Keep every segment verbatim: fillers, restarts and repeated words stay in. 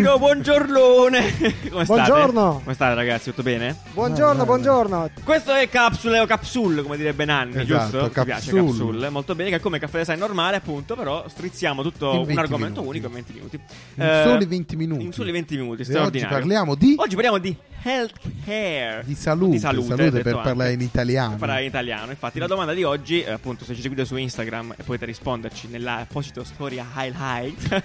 Fisico, buongiornone. Come state? Buongiorno. Come state, ragazzi? Tutto bene? Buongiorno, no, buongiorno. Questo è Capsule o Capsule, come direbbe Nanni, Esatto, giusto? Capsule. Mi piace Capsule, molto bene, che è come Caffè Design normale, appunto, però strizziamo tutto In un venti argomento minuti. unico in venti minuti. In Eh, soli venti minuti. In soli venti minuti, E oggi straordinario. parliamo di Oggi parliamo di healthcare. Di salute, Di salute, salute detto per anche. parlare in italiano. Per parlare in italiano. Infatti la domanda di oggi, eh, appunto, se ci seguite su Instagram e potete risponderci nell'apposito storia highlight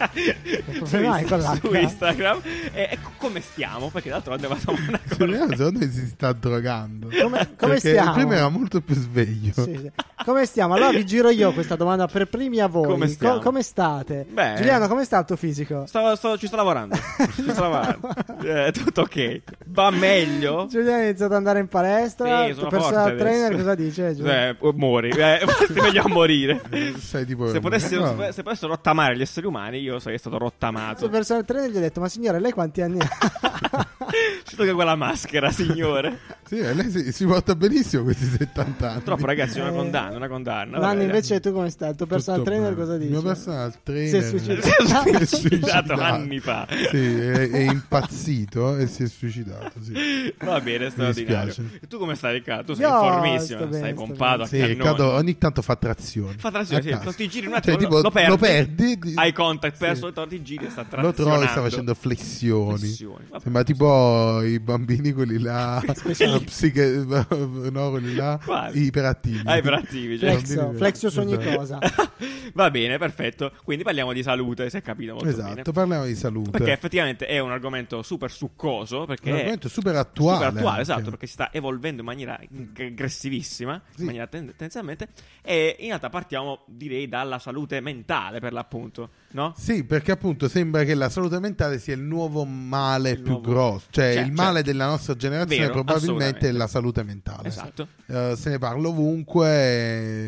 su, mai con l'H? su Instagram, è, è come stiamo? Perché d'altro facciamo una Secondo cosa. me si sta drogando. Come, come Perché stiamo? prima era molto più sveglio. Sì, sì. Come stiamo? Allora vi giro io questa domanda per primi a voi. Come stiamo? Co- come state? Beh. Giuliano, come sta il tuo fisico? Sto, sto- ci sto lavorando. Ci sto lavorando. Eh, tutto ok. Va meglio. Giuliano ha iniziato ad andare in palestra. Sì, il tuo sono personal forte trainer adesso. cosa dice? Giuliano? Eh, muori. Eh, ti meglio a morire. Sei tipo Se potessero, no. se potessero- se potessero rottamare gli esseri umani, io sarei stato Il rottamato. personal trainer gli ha detto: ma signore, lei quanti anni ha? Sento che quella maschera, signore. Sì, eh, lei si, si porta benissimo questi settanta anni. Purtroppo, ragazzi, una Eh. condanna, una condanna. Nanni, vabbè. invece tu come stai? Il tuo personal Tutto trainer bene. cosa dice? Il mio personal trainer Si è suicidato. Si è Si è suicidato anni fa. Sì, è, è impazzito e si è suicidato. Sì, Va bene, straordinario. dispiace. E tu come stai, Riccardo? Tu sei Io informissimo, sto bene, stai sto pompato a sì cannone. Riccardo ogni tanto fa trazione. Fa trazione, A sì, caso. non ti giri un Cioè, attimo, tipo, lo perdi, lo perdi di- hai contact perso, sì. torni, giri e sta Lo trazionando. trovi, sta facendo flessioni. Flessioni, vabbè. Sembra tipo i bambini quelli là psiche, no, quelli là Quali? iperattivi. Ah, iperattivi, cioè. Flexio, Bambini- flexio su ogni Esatto. cosa. Va bene, perfetto. Quindi parliamo di salute, si è capito molto Esatto, bene. parliamo di salute. Perché effettivamente è un argomento super succoso, perché È un è argomento super attuale. super attuale, anche. esatto, perché si sta evolvendo in maniera aggressivissima, Sì. in maniera ten- tendenzialmente, e in realtà partiamo, direi, dalla salute mentale, per l'appunto, no? Sì, perché appunto sembra che la salute mentale sia il nuovo male Il più nuovo- grosso. Cioè, Cioè, il male certo. della nostra generazione Vero, probabilmente è assolutamente. la salute mentale. Esatto. Eh, se ne parla ovunque eh,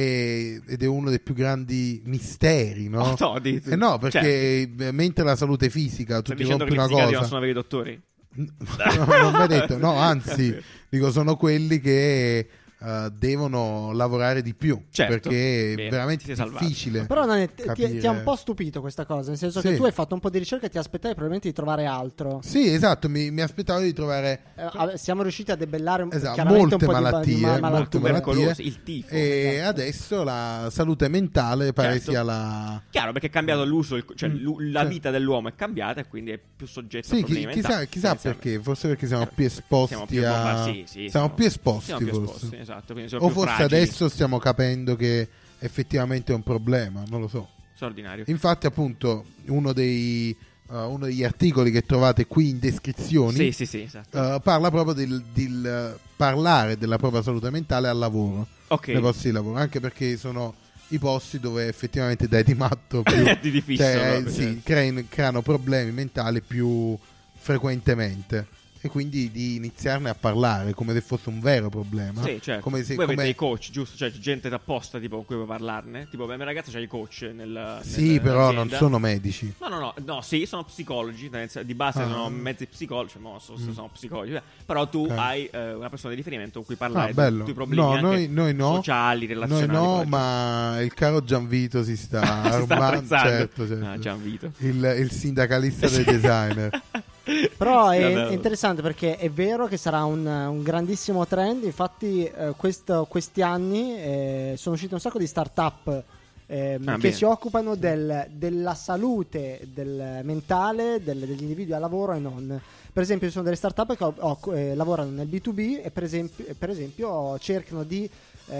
e- ed è uno dei più grandi misteri, no? Oh, no, di- Eh no, perché eh, mentre la salute fisica tu Stai ti dicendo rompi che gli una psichiatri cosa. non sono veri dottori? No, non mi hai detto, no, anzi, dico sono quelli che eh, devono lavorare di più, Certo. perché Bene, è veramente ti sei salvato. difficile. Però Nanni, ti, ti- capire. ti ha un po' stupito questa cosa, nel senso Sì. che tu hai fatto un po' di ricerca e ti aspettavi probabilmente di trovare altro. Sì, esatto, mi, mi aspettavo di trovare Eh, a- siamo riusciti a debellare un- Esatto, chiaramente molte un po' di ba- malattie, di, ma- molte malattie. malattie. Tubercolosi, il tifo. e adesso la salute mentale pare Certo. sia la... Chiaro, perché è cambiato l'uso, il- cioè Mm, l'u- la cioè- vita dell'uomo è cambiata e quindi è più soggetto a Sì, chi- problemi chissà, mentali. chissà Tendenzialmente. perché, forse perché siamo Eh, più esposti siamo più a... bombardati, sì, sì, siamo siamo- più esposti, siamo più forse. esposti, esatto, quindi siamo O più forse fragili. adesso stiamo capendo che effettivamente è un problema, non lo so. Straordinario. Infatti appunto uno dei uh, uno degli articoli che trovate qui in descrizioni Sì, sì, sì, esatto. uh, parla proprio del, del, uh, parlare della propria salute mentale al lavoro, Ok. nei posti di lavoro, anche perché sono i posti dove effettivamente dai di matto più, È di difficile. cioè, proprio, sì, cioè. creano, creano problemi mentali più frequentemente, e quindi di iniziarne a parlare come se fosse un vero problema. Sì, certo. Come se, Voi come- avete dei coach, giusto? Cioè gente apposta tipo con cui puoi parlarne. Tipo, la mia ragazza c'ha i coach nel Sì, nel- però non nell'azienda. sono medici. No, no, no, no, sì, sono psicologi, tendenza- di base Ah. sono mezzi psicologi, cioè, mo so- Mm. sono psicologi, eh. Però tu Ok. hai eh, una persona di riferimento con cui parlare Ah, di bello. tutti i problemi No, anche noi, noi no. sociali, Noi relazionali. no, poi. ma il caro Gianvito si sta Si sta armando. attrezzando. Certo, certo. Ah, Gianvito. Il, il sindacalista dei designer. Però è, Vabbè. è interessante perché è vero che sarà un, un grandissimo trend. Infatti, eh, questo- questi anni eh, sono uscite un sacco di start-up ehm, Ah, che bene. si occupano del- della salute del mentale del- degli individui a lavoro e non. Per esempio, ci sono delle start-up che oh, eh, lavorano nel B due B e, per esempio, per esempio cercano di,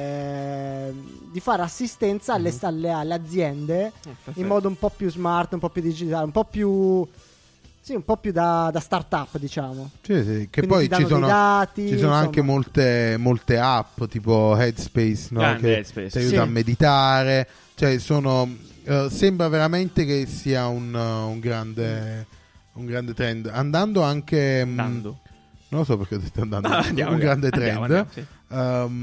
eh, di fare assistenza alle, alle- alle aziende Oh, perfetto. in modo un po' più smart, un po' più digitale, un po' più. Sì, un po' più da, da start-up, diciamo. Sì, sì, che Quindi poi ti danno ci sono, dei dati, ci sono insomma. anche molte, molte app tipo Headspace, no? Grande che Headspace. ti aiuta Sì. a meditare. Cioè, sono, eh, sembra veramente che sia un, uh, un grande un grande trend. Andando anche. mh, Andando. non lo so perché ho detto andando. No, andiamo, un andiamo. grande trend. Andiamo, andiamo, sì. Um,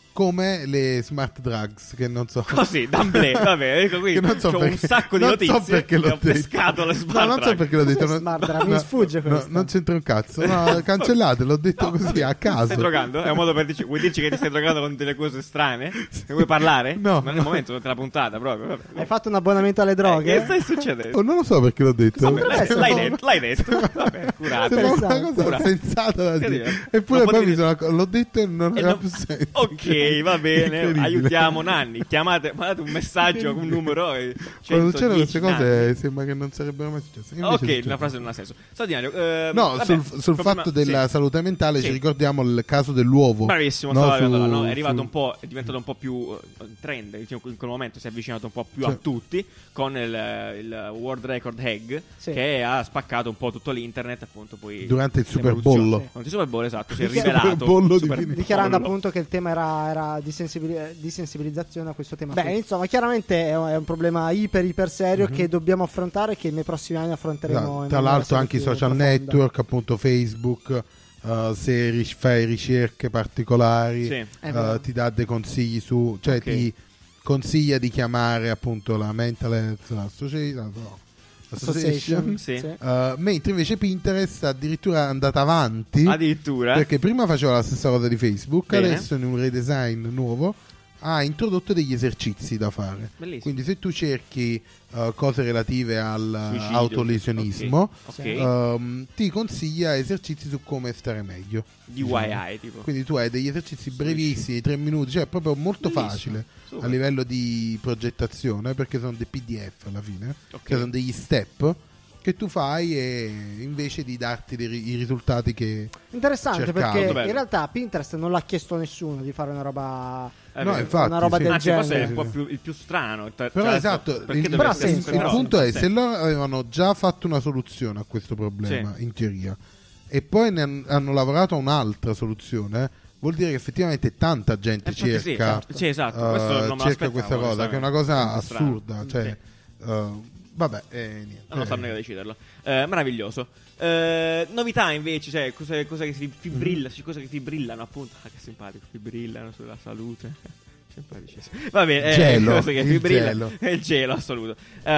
come le smart drugs, che non so. Così, d'amblè, vabbè, ecco qui Che non so c'ho perché- un sacco di non notizie. so perché l'ho che ho detto. pescato le smart No, non so drug. perché l'ho detto. Cos'è no- smart drug? Mi no, sfugge no, questa. non c'entra un cazzo. No, cancellate, l'ho detto No, così vabbè, a Ti caso. stai drogando? È un modo per dirci, vuoi dirci che ti stai drogando con delle cose strane? Ne vuoi parlare? No. Non è il momento della puntata proprio. Vabbè. Hai fatto un abbonamento alle Eh, droghe? che sta succedendo? Oh, non lo so perché l'ho detto. Potrebbe L'hai, essere. l'hai detto, l'hai detto. Vabbè, curato. Sembra una Interessante. cosa Curato. sensata da Che dire. dire? Eppure Non poi potevi- mi sono, l'ho detto e non E aveva non- più senso. Ok, va bene. Incredibile. Aiutiamo Nanni. Chiamate, mandate un messaggio con un numero. E Quando c'erano queste centodieci cose Nanni. sembra che non sarebbero mai successe. Invece Ok, succedono. la frase non ha senso. Straordinario. eh, No, vabbè, sul, sul il problema- fatto della sì. salute mentale Sì. ci ricordiamo il caso dell'uovo. Bravissimo, No, stavo su- arrivando là, no? È arrivato su- un po', è diventato un po' più eh, trend, diciamo, in quel momento si è avvicinato un po' più Sì. a tutti con il, il World Record Hague Sì. che ha spaccato un po' tutto l'internet, appunto, poi Durante il Super l'evoluzione. Bowl. Sì. Durante il Super Bowl, esatto, si è Dichiara- rivelato Super Bowl di Super fine- Dichiarando Bowl. appunto che il tema era, era di, sensibili- di sensibilizzazione a questo tema. Beh, insomma, chiaramente è un, è un problema iper iper serio Mhm. che dobbiamo affrontare, che nei prossimi anni affronteremo. Tra, in tra maniera l'altro sempre anche i più social profonda. network, appunto Facebook, eh, se ri- fai ricerche particolari, Sì. È eh, vero. ti dà dei consigli su, cioè Ok. ti consiglia di chiamare appunto la Mental Health Association, no, Association. Association. Sì. Sì. Eh, mentre invece Pinterest addirittura è andata avanti Addirittura perché prima faceva la stessa cosa di Facebook, Bene. adesso in un redesign nuovo ha introdotto degli esercizi da fare. bellissimo. Quindi se tu cerchi eh, cose relative Suicidio, all'autolesionismo, ok, ok. ehm, ti consiglia esercizi su come stare meglio. D Y I tipo. Quindi tu hai degli esercizi brevissimi, tre minuti, cioè proprio molto Bellissimo. facile Super. a livello di progettazione, perché sono dei P D F alla fine, Ok. cioè sono degli step che tu fai e invece di darti dei ri- i risultati che... Interessante Cercavo. perché Molto bello. in realtà Pinterest non l'ha chiesto a nessuno di fare una roba. È no, vero. infatti, una roba sì. del Anzi, forse è genere. un po' più, il più strano. Tra- Però tra- esatto, perché il, dovrebbe però essere- senso, il però- punto è sì. se loro avevano già fatto una soluzione a questo problema, in teoria, e poi ne han- hanno lavorato a un'altra soluzione, vuol dire che effettivamente tanta gente Infatti sì, cerca, certo. Sì, esatto. eh, Questo non me cerca l'aspettavo, questa cosa, che è una cosa onestamente. assurda. Cioè, eh, vabbè, eh, niente. Non sta a deciderlo. Eh, meraviglioso. Eh, novità invece, cioè, cose, cose che si fibrilla, Mhm. cose che fibrillano, appunto. Ah, che simpatico, fibrillano sulla salute. Simpaticissimo. Va bene, eh, Gelo, cose che il fibrillano. gelo. È il gelo, assoluto.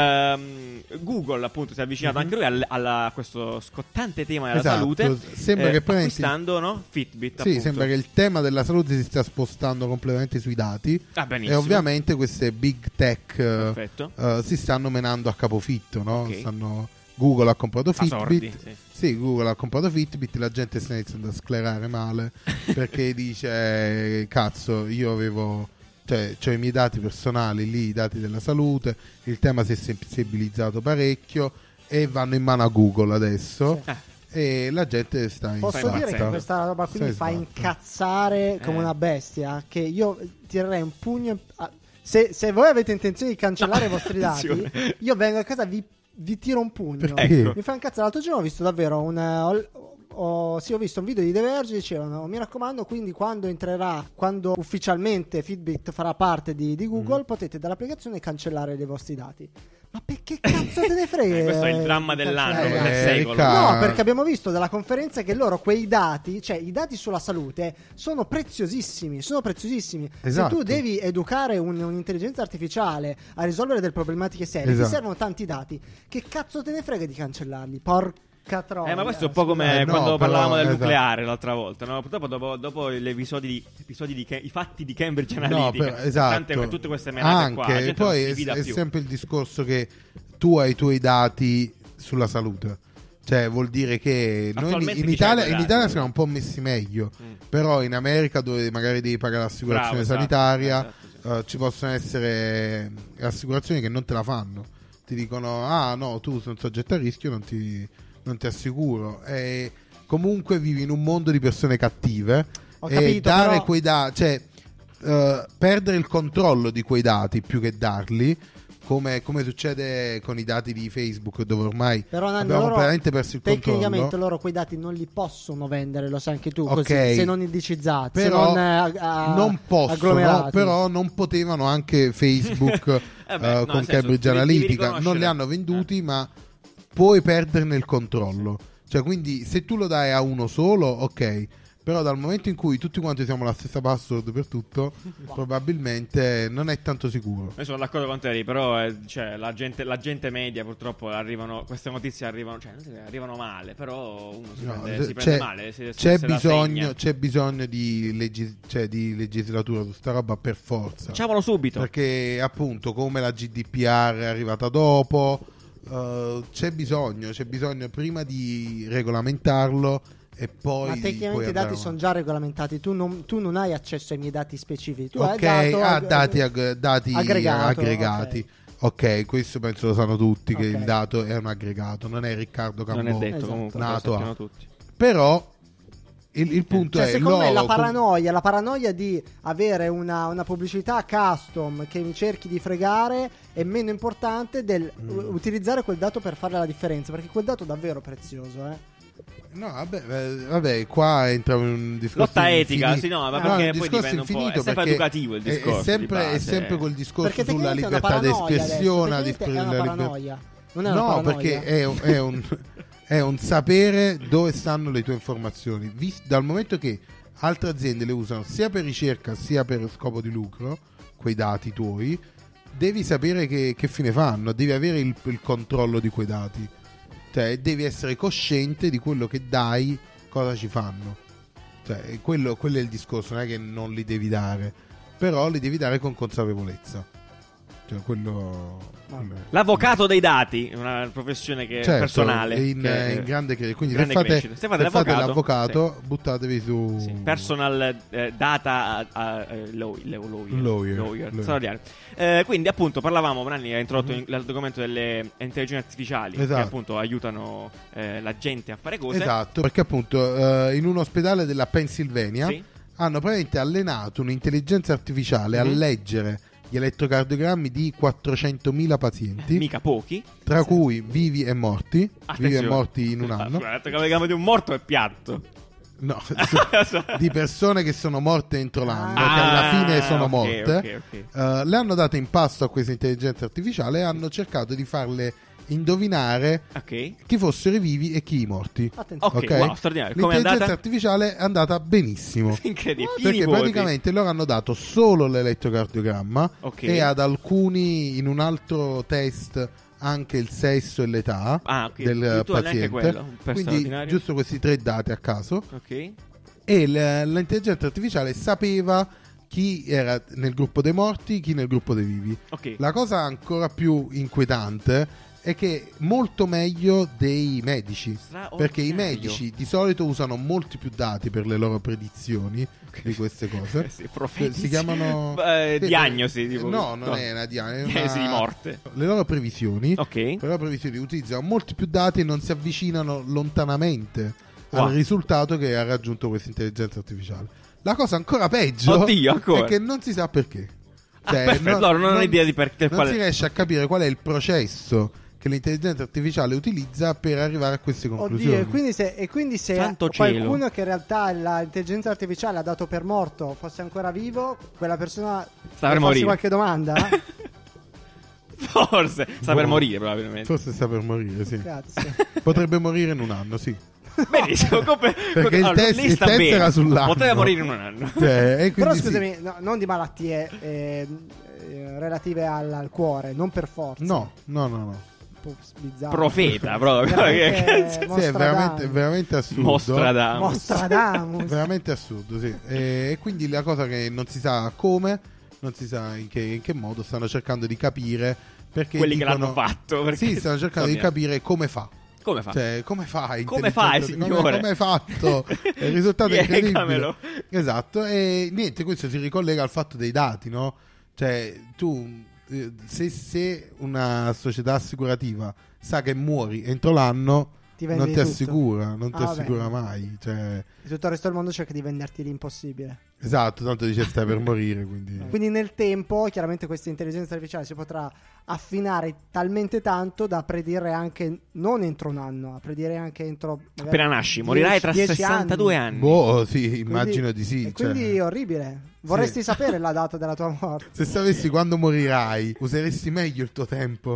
Ehm, Google, appunto, si è avvicinato Mhm. anche lui al- alla- a questo scottante tema della Esatto, salute. sembra eh, che praticamente- acquistando, no? Fitbit. Sì, appunto. sembra che il tema della salute si stia spostando completamente sui dati Ah, benissimo. e ovviamente queste big tech eh, Perfetto. eh, si stanno menando a capofitto, no? Ok. Stanno- Google ha comprato A sordi, Fitbit. sì. Sì, Google ha comprato Fitbit, la gente sta iniziando a sclerare male perché dice eh, cazzo, io avevo, cioè ho i miei dati personali lì, i dati della salute, il tema si è sensibilizzato parecchio e vanno in mano a Google adesso Ah, e la gente sta in Posso Stai dire che impazzendo. questa roba qui Stai mi fa sbagliando. incazzare come Eh. una bestia. Che io tirerei un pugno. a- Se, se voi avete intenzione di cancellare No, i vostri dati, attenzione. io vengo a casa e vi, vi tiro un pugno. Perché? Ecco. Mi fa incazzare. L'altro giorno ho visto davvero un. Ho, ho- sì, ho visto un video di The Verge. Dicevano: mi raccomando, quindi quando entrerà, quando ufficialmente Fitbit farà parte di, di Google, Mm. potete dall'applicazione cancellare dei vostri dati. Ma perché cazzo te ne frega? Eh, questo è il dramma dell'anno, Cancellare. del Eh, secolo. ca- No, perché abbiamo visto dalla conferenza che loro quei dati, cioè i dati sulla salute, sono preziosissimi. Sono preziosissimi. Esatto. Se tu devi educare un- un'intelligenza artificiale a risolvere delle problematiche serie, Esatto. ti servono tanti dati. Che cazzo te ne frega di cancellarli? Porca troia. Eh, ma questo è un po' come Eh, no, quando però, parlavamo del esatto. nucleare l'altra volta, no? Purtroppo dopo, dopo gli episodi di, episodi di Ca- i fatti di Cambridge Analytica, No, per- esatto. tante- tutte queste menate qua, la Anche, gente poi non si è, fida è più. sempre il discorso che tu hai i tuoi dati sulla salute. Cioè, vuol dire che noi in, Attualmente in chi Italia, c'ha i in dati? Italia siamo un po' messi meglio. Mm. Però in America, dove magari devi pagare l'assicurazione Bravo, esatto, sanitaria, esatto, sì. eh, ci possono essere assicurazioni che non te la fanno. Ti dicono: ah, no, tu sei un soggetto a rischio, non ti, non ti assicuro. E comunque vivi in un mondo di persone cattive. Ho e capito, dare però- quei dati, cioè eh, perdere il controllo di quei dati più che darli. Come, come succede con i dati di Facebook, dove ormai Però Nanni, abbiamo loro, completamente perso il tecnicamente controllo. loro quei dati non li possono vendere, lo sai anche tu, Ok. così, se non indicizzati, Però se non, eh, a- non possono, agglomerati. però non potevano anche Facebook Eh beh, eh, no, con nel senso, Cambridge devi- devi Analytica, non riconoscere. li hanno venduti, ma puoi perderne il controllo. Cioè, quindi se tu lo dai a uno solo, ok, Però dal momento in cui tutti quanti siamo la stessa password per tutto, probabilmente non è tanto sicuro. Io sono d'accordo con te, però eh, cioè, la, gente, la gente media purtroppo arrivano, queste notizie arrivano, cioè, non so, arrivano male, però uno si, No, prende, si c'è, prende male. Si, c'è, se la bisogno, segna. c'è bisogno di, legis- cioè, di legislatura su sta roba per forza. Facciamolo subito. Perché appunto come la G D P R è arrivata dopo, uh, c'è bisogno, c'è bisogno prima di regolamentarlo e poi Ma di tecnicamente poi i dati andare sono già regolamentati. Tu non, tu non hai accesso ai miei dati specifici. Tu hai ok, dato ah, ag- dati, ag- dati aggregato, aggregati. Ok, questo penso lo sanno tutti che Ok. il dato è un aggregato, non è Riccardo Cambò. Non è detto Esatto. comunque, Nato lo a. sappiamo tutti. Però il, il punto Cioè, è secondo me la loro com- paranoia, la paranoia di avere una, una pubblicità custom che mi cerchi di fregare è meno importante del Mm. u- utilizzare quel dato per fare la differenza, perché quel dato è davvero prezioso, eh. No, vabbè, eh, vabbè, qua entra un discorso Lotta etica, infinito. sì, no, ma No, perché un poi discorso dipende un po'. È infinito sempre perché educativo il è- discorso. È sempre, di è base. sempre quel discorso Perché sulla tecnicamente è una libertà paranoia d'espressione. adesso, di- tecnicamente è una la liber- paranoia. Non è una No, paranoia. perché è, un- è un, è un sapere dove stanno le tue informazioni. Vis- dal momento che altre aziende le usano sia per ricerca sia per scopo di lucro, quei dati tuoi, devi sapere che, che fine fanno, devi avere il, il controllo di quei dati. Cioè, devi essere cosciente di quello che dai, cosa ci fanno. Cioè, quello, quello è il discorso, non è che non li devi dare, però li devi dare con consapevolezza. Cioè, quello, quello è- L'avvocato dei dati, una professione che è Certo, personale. in, che- in grande crescita. Quindi grande se fate, crescita. Se fate se fate l'avvocato, l'avvocato, buttatevi su Sì, personal eh, data uh, uh, law- law- lawyer, Lawyer, lawyer, lawyer. straordinario. Eh, quindi appunto parlavamo, Nanni ha introdotto Mhm. in- l'argomento delle intelligenze artificiali che Esatto. appunto aiutano eh, la gente a fare cose. Esatto, perché appunto eh, in un ospedale della Pennsylvania Sì. hanno praticamente allenato un'intelligenza artificiale Mhm. a leggere gli elettrocardiogrammi di quattrocentomila pazienti, Mica pochi. tra cui vivi e morti, vivi e Attenzione. morti in un anno. Ah, detto che la gamma di un morto è piatto. No, di persone che sono morte entro l'anno, Ah, che alla fine sono ok, morte. ok, ok. Eh, le hanno date in pasto a questa intelligenza artificiale e hanno cercato di farle indovinare Ok. chi fossero i vivi e chi i morti. Attenzione. Ok, Ok? wow, straordinario. Come è L'intelligenza andata? artificiale è andata benissimo. Incredibile. Pieni Perché voti. praticamente loro hanno dato solo l'elettrocardiogramma Ok. e ad alcuni in un altro test anche il sesso e l'età Ah, ok. del Addirittura neanche paziente. quello, un pezzo Quindi straordinario. giusto questi tre dati a caso. Ok. E l- l'intelligenza artificiale sapeva chi era nel gruppo dei morti, chi nel gruppo dei vivi. Ok. La cosa ancora più inquietante è che molto meglio dei medici, Straordinario. perché i medici di solito usano molti più dati per le loro predizioni di queste cose. Eh sì, profetici. Si chiamano Eh, sì, diagnosi, tipo. No, non è una diagnosi, è una- Diagnosi di morte. Le loro previsioni, Ok. le loro previsioni utilizzano molti più dati e non si avvicinano lontanamente Wow. al risultato che ha raggiunto questa intelligenza artificiale. La cosa ancora peggio Oddio, ancora. è che non si sa perché. Ah, perfetto, loro non hanno idea di per- del non quale- si riesce a capire qual è il processo che l'intelligenza artificiale utilizza per arrivare a queste conclusioni. Oddio, e quindi se, e quindi se Santo qualcuno cielo. che in realtà l'intelligenza artificiale ha dato per morto fosse ancora vivo, quella persona Sta per deve farsi morire. qualche domanda? Forse sta per Boh. morire probabilmente. Forse sta per morire, sì. Grazie. Potrebbe morire in un anno, sì. Benissimo, come, Perché il test- lì il sta test bene. era sull'anno. Poteva morire in un anno. Cioè, e Però quindi sì. scusami, no, non di malattie eh, eh, relative al, al cuore, non per forza. No, no, no, no. Un po' bizzarro. Profeta proprio. Veramente Che cazzo? Sì, è Mostradamus. veramente, veramente assurdo. Mostradamus. Mostradamus. Veramente assurdo, sì. E, e quindi la cosa che non si sa come, non si sa in che, in che modo, stanno cercando di capire perché Quelli che dicono- l'hanno fatto. Perché... Sì, stanno cercando di Insomma, capire come fa. Come fa? Cioè, come fai? Come fai, intelligenza- signore? Come, come hai fatto? Il risultato è incredibile. Spiegamelo. Esatto, e niente, questo si ricollega al fatto dei dati, no? Cioè, tu, eh, se, se una società assicurativa sa che muori entro l'anno, Ti vende non di ti tutto. assicura, non ti Ah, assicura vabbè. mai. Cioè, E tutto il resto del mondo cerca di venderti l'impossibile. esatto, tanto dice stai per morire, quindi... Quindi nel tempo, chiaramente questa intelligenza artificiale si potrà affinare talmente tanto da predire anche non entro un anno, a predire anche entro magari Appena nasci, morirai tra dieci sessantadue anni. Boh, sì, Quindi- immagino di sì. E cioè. quindi è orribile. Vorresti Sì. sapere la data della tua morte. Se sapessi quando morirai, useresti meglio il tuo tempo.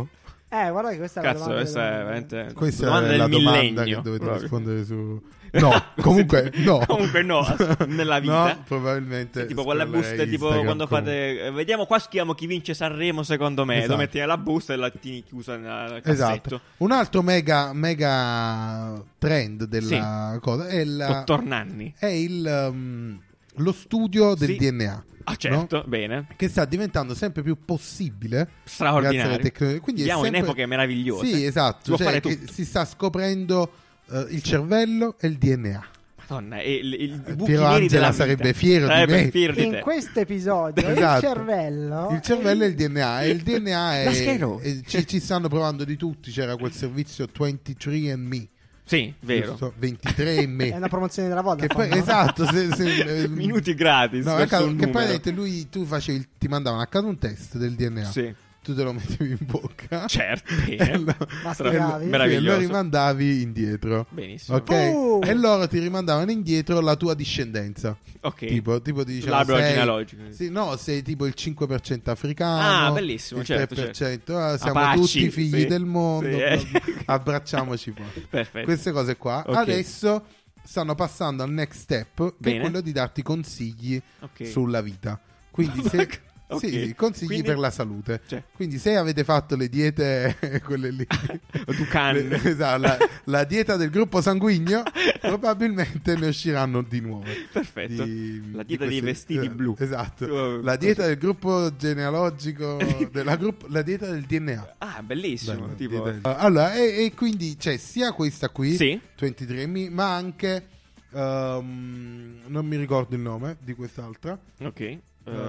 Eh, guarda che questa è Cazzo, la domanda. questa è del- veramente Questa domanda è del la domanda millennio, che dovete proprio. rispondere su... No, comunque no. Comunque no, ass- nella vita. No, probabilmente. Sì, tipo quelle buste, scrollerei tipo Instagram quando comunque. fate eh, vediamo qua schiamo chi vince Sanremo secondo me. Esatto. Lo metti nella busta e la tieni chiusa nel cassetto. Esatto. Un altro mega, mega trend della cosa è, la, Dottor Nanni. è il, um, lo studio del Sì. D N A. Ah, certo, no? bene. Che sta diventando sempre più possibile grazie Straordinario. alle tecnologie. Quindi è Viviamo sempre... in epoche meravigliose. Sì, Si esatto. può Cioè, fare che tutto. si sta scoprendo eh, il cervello e il D N A. Madonna, e il, il buchi Piero neri Angela della sarebbe vita. fiero di Sarebbe me. fiero di In te. questo episodio il Esatto. cervello Il cervello e il D N A. E il D N A La è, sclerosi. è- ci, ci stanno provando di tutti. C'era quel servizio ventitré and me. Sì, vero. Giusto? ventitré and me. è una promozione della Vodafone. Che poi, no? esatto, se, se- eh, Minuti gratis. no, verso ecco, un che poi numero. vedete, lui tu facevi il- ti mandavano a casa un test del D N A. Sì, Tu te lo mettevi in bocca. certo. E Bene. lo, Masticavi? e lo- Meraviglioso. e lo rimandavi indietro. Benissimo. Ok? Uh. E loro ti rimandavano indietro la tua discendenza. Ok. Tipo, tipo ti dicevano L'albero sei- genealogico. Sì, no, sei tipo il cinque per cento africano. Ah, bellissimo, il certo, tre per cento ah, siamo Apache, tutti figli sì. del mondo. Sì, eh. Abbracciamoci poi. Perfetto. Queste cose qua. Ok. Adesso stanno passando al next step, che Bene. è quello di darti consigli Ok. sulla vita. Quindi se Ok. sì, sì, consigli Quindi- per la salute. Cioè. Quindi se avete fatto le diete quelle lì Ducan. le- esatto, la, la dieta del gruppo sanguigno, probabilmente ne usciranno di nuove. Perfetto. Di- La di dieta dei queste- vestiti eh, blu. Esatto. Oh, La dieta del gruppo genealogico della gruppo- la dieta del D N A. Ah, bellissimo. Bello, tipo... dieta del- Allora, e, e quindi c'è sia questa qui, Sì. ventitré and me, ma anche ehm, non mi ricordo il nome di quest'altra. Ok.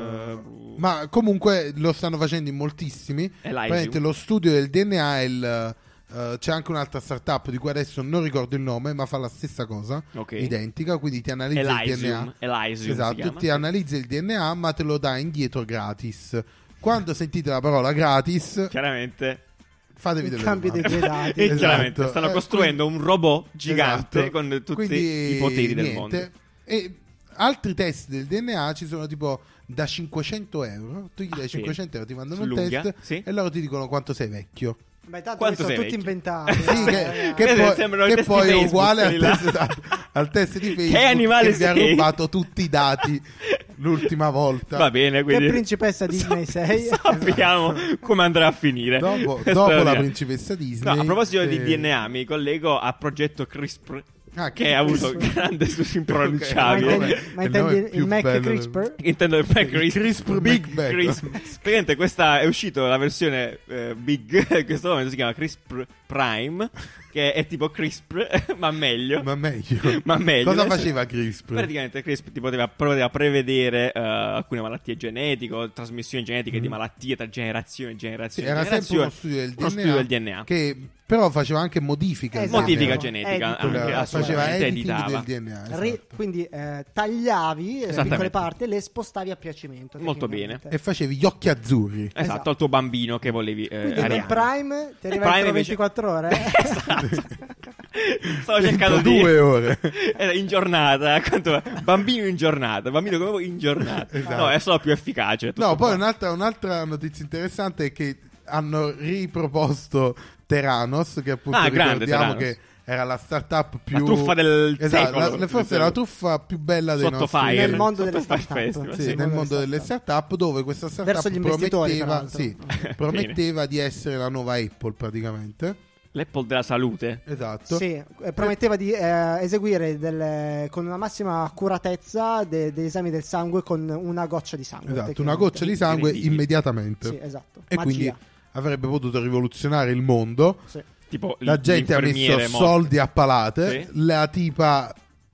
Uh, Ma comunque lo stanno facendo in moltissimi. Praticamente lo studio del D N A è il, eh, c'è anche un'altra startup di cui adesso non ricordo il nome, ma fa la stessa cosa, Ok. identica, quindi ti analizza il D N Elysium. A. Elysium si Esatto, chiama. ti analizza il D N A, ma te lo dà indietro gratis. Quando sentite la parola gratis, Chiaramente. fatevi delle Cambio dei domande. tuoi dati. E Esatto. chiaramente stanno Eh, costruendo un robot gigante Esatto. con tutti Quindi, i poteri del niente. mondo. E altri test del D N A ci sono tipo da cinquecento euro. Tu gli dai Ah, sì. cinquecento euro, ti mandano un Sull'unghia, test sì. e loro ti dicono quanto sei vecchio. Beh, tanto Quanto sono sei tutti vecchio? inventati. Sì, che, Eh, che Questi poi, sembrano i che test di poi è Facebook, uguale al quelli là. test, esatto, al test di Facebook Che animale che vi ha sei? rubato tutti i dati l'ultima volta. Va bene, Che quindi principessa Disney sei? sappiamo come andrà a finire. Dopo, Questa dopo è la mia. principessa Disney. No, a proposito di eh, D N A, mi collego a progetto CRISPR, Ah, che ha avuto grande successo Ma impronunciabile. Ok. intendi, ma Il nome intendi più il Mac bello del- CRISPR? Intendo il Mac CRISPR, CRISPR Big Mac. CRISPR. Praticamente questa è uscito la versione eh, Big, in questo momento si chiama CRISPR Prime, che è tipo CRISPR, ma meglio. Ma meglio. Ma meglio. Cosa Adesso- faceva CRISPR? Praticamente CRISPR ti poteva, poteva prevedere eh, alcune malattie genetiche o trasmissioni genetiche di malattie tra generazione e Sì, generazione. era e sempre generazione. uno studio del D N A, Uno studio del D N A. che però faceva anche modifica. al Esatto. Modifica D N A. genetica, Editing. anche Quella- faceva assolutamente editing editava. del D N A. Esatto. Ri- quindi eh, tagliavi le Esattamente. piccole parti e le spostavi a piacimento. Molto tecnicamente. E facevi gli occhi azzurri. Esatto, Esatto. al tuo bambino che volevi eh, Quindi nel ariano. Prime ti arriva Prime entro invece- ventiquattro ore. Esatto. Stavo cercando Entro di due ore. Era in giornata, quanto... bambino in giornata, bambino come voi in giornata. Esatto. No, è solo più efficace. tutto No, poi qua. un'altra, un'altra notizia interessante è che hanno riproposto Theranos, che appunto Ah, grande ricordiamo Theranos. che era la startup più... La truffa del esatto, secolo. la- forse la truffa più bella dei Sotto nostri... Fire. Nel mondo Sotto delle Fire startup. Festival, Sì, sì. nel mondo delle delle startup, dove questa startup Verso gli investitori, prometteva, tra sì, l'altro. prometteva di essere la nuova Apple praticamente. L'Apple della salute. Esatto. Sì, eh, prometteva di eh, eseguire delle- con una massima accuratezza de- degli esami del sangue con una goccia di sangue. Esatto, una goccia di sangue Incredibile. immediatamente. Sì, esatto. E Magia. quindi avrebbe potuto rivoluzionare il mondo. Sì. Tipo La l- gente ha l'infermiere messo morto. soldi a palate. Sì. La tipa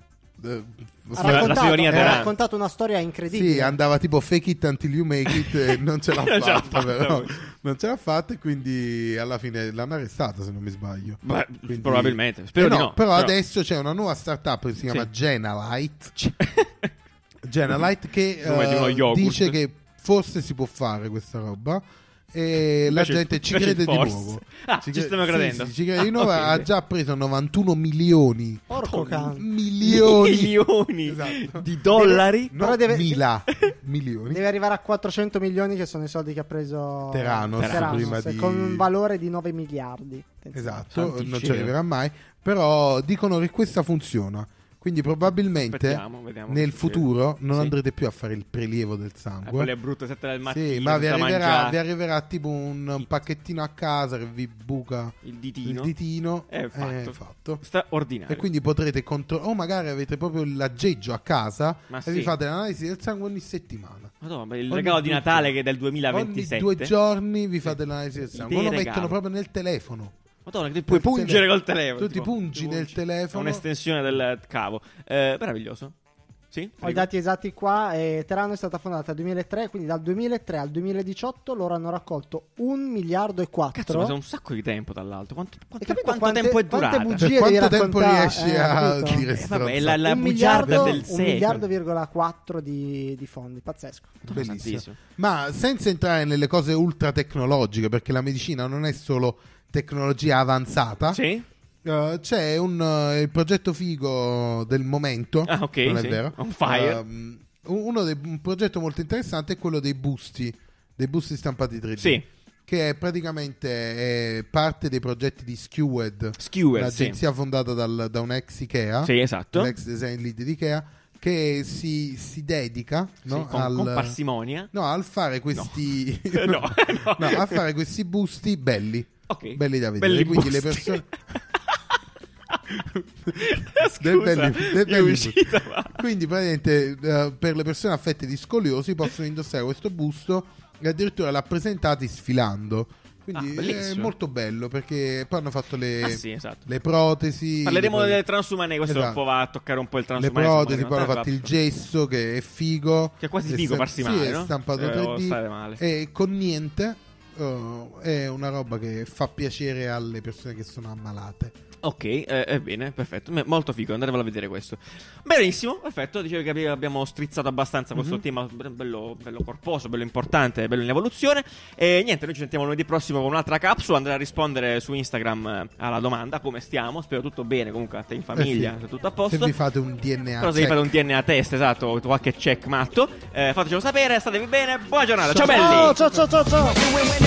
eh, Ha La- la raccontato, signorina ha Terán. raccontato una storia incredibile. sì, andava tipo fake it until you make it e non ce l'ha Non ce l'ha fatta, fatta, però. poi. Non ce l'ha fatta e quindi alla fine l'hanno arrestata, se non mi sbaglio. Beh, Quindi- probabilmente. Spero Eh di no, no. però, adesso c'è una nuova startup che si chiama Sì. Genalite. Genalite che Nome di uno eh, yogurt. dice che forse si può fare questa roba. E la Invece- gente ci invece crede di forse. nuovo. Ah, ci ci stiamo sì, credendo. sì, ci crede di Ah, nuovo. ok. Ha già preso novantuno milioni. Porco cane. Milioni. Milioni Esatto. di dollari. No, Però deve- mila. milioni. Deve arrivare a quattrocento milioni, che sono i soldi che ha preso Theranos, Theranos, prima di... con un valore di nove miliardi. Esatto, Santi non ci cielo. arriverà mai. Però dicono che questa funziona. Quindi probabilmente Aspettiamo, vediamo nel che futuro non Sì. andrete più a fare il prelievo del Eh, sangue. quello è brutto, sette del mattino. Sì, ma vi senza arriverà, mangiare. vi arriverà tipo un, un pacchettino a casa che vi buca Il ditino. il ditino. È fatto. fatto. Straordinario. E quindi potrete controllare. O magari avete proprio l'aggeggio a casa Ma e sì. vi fate l'analisi del sangue ogni settimana. Madonna, il Ogni regalo di due Natale giorni. che è del duemilaventisette. Ogni due giorni vi fate l'analisi del Idee sangue. Lo regalo. mettono proprio nel telefono. Madonna, che puoi Nel pungere tele- col telefono. Tu ti tipo, pungi nel È telefono. un'estensione del cavo. Eh, meraviglioso. Sì? Ho i dati esatti qua. E Terano è stata fondata nel duemilatré, quindi dal duemilatré al duemiladiciotto loro hanno raccolto un miliardo e quattro. Cazzo, ma è un sacco di tempo, tra l'altro. Quanto, Hai quanto, capito quanto quante- tempo è quante durata? bugie Per quanto devi tempo raccontare? riesci Eh, a capito? dire Eh, vabbè, è la, stronzate? la un bugiarda miliardo, del un secolo. miliardo virgola quattro di, di fondi, pazzesco. Madonna Bellissimo. santissimo. Ma senza entrare nelle cose ultra tecnologiche, perché la medicina non è solo tecnologia avanzata. Sì? Uh, c'è un uh, il progetto figo del momento. Ah, ok, non è sì. vero? On fire. Um, uno dei, un progetto molto interessante è quello dei busti, dei busti stampati tre D. Sì. Che è praticamente è parte dei progetti di Skewed, Skewer, sì. l'agenzia fondata dal- da un ex Ikea, Sì, esatto. l'ex design lead di Ikea, che si, si dedica, no, Sì, con, al, con parsimonia. no, al fare questi No, no. no, a fare questi busti belli, Ok. belli da vedere. Belli Quindi le busti. persone Scusa, Del belli- del è belli uscita, ma... Quindi praticamente eh, per le persone affette di scoliosi possono indossare questo busto e addirittura l'ha presentati sfilando. Quindi Ah, è bellissimo. molto bello perché poi hanno fatto le, Ah, sì, esatto. le protesi. Parleremo le, delle transumane, questo Esatto. un po' va a toccare un po' il le transumanesimo. protesi, in poi hanno realtà, fatto il esatto. gesso che è figo. Che è quasi È figo sta- farsi sì, male, è no? stampato Eh, o tre D stare male. e con niente. oh, è una roba che fa piacere alle persone che sono ammalate. Ok, eh, eh, bene, perfetto. Me- Molto figo, andatevelo a vedere questo. Benissimo, perfetto. Dicevo che abbi- abbiamo strizzato abbastanza questo Mhm. tema be- bello, bello corposo, bello importante, bello in evoluzione. E niente, noi ci sentiamo lunedì prossimo con un'altra capsula. Andrei a rispondere su Instagram eh, alla domanda come stiamo. Spero tutto bene, comunque a te in famiglia, Eh sì. se tutto a Se posto. vi fate un D N A Però se vi check. fate un D N A test, esatto, o qualche check matto, eh, fatecelo sapere, statevi bene, buona giornata, ciao, Ciao, belli! ciao, ciao, ciao, ciao.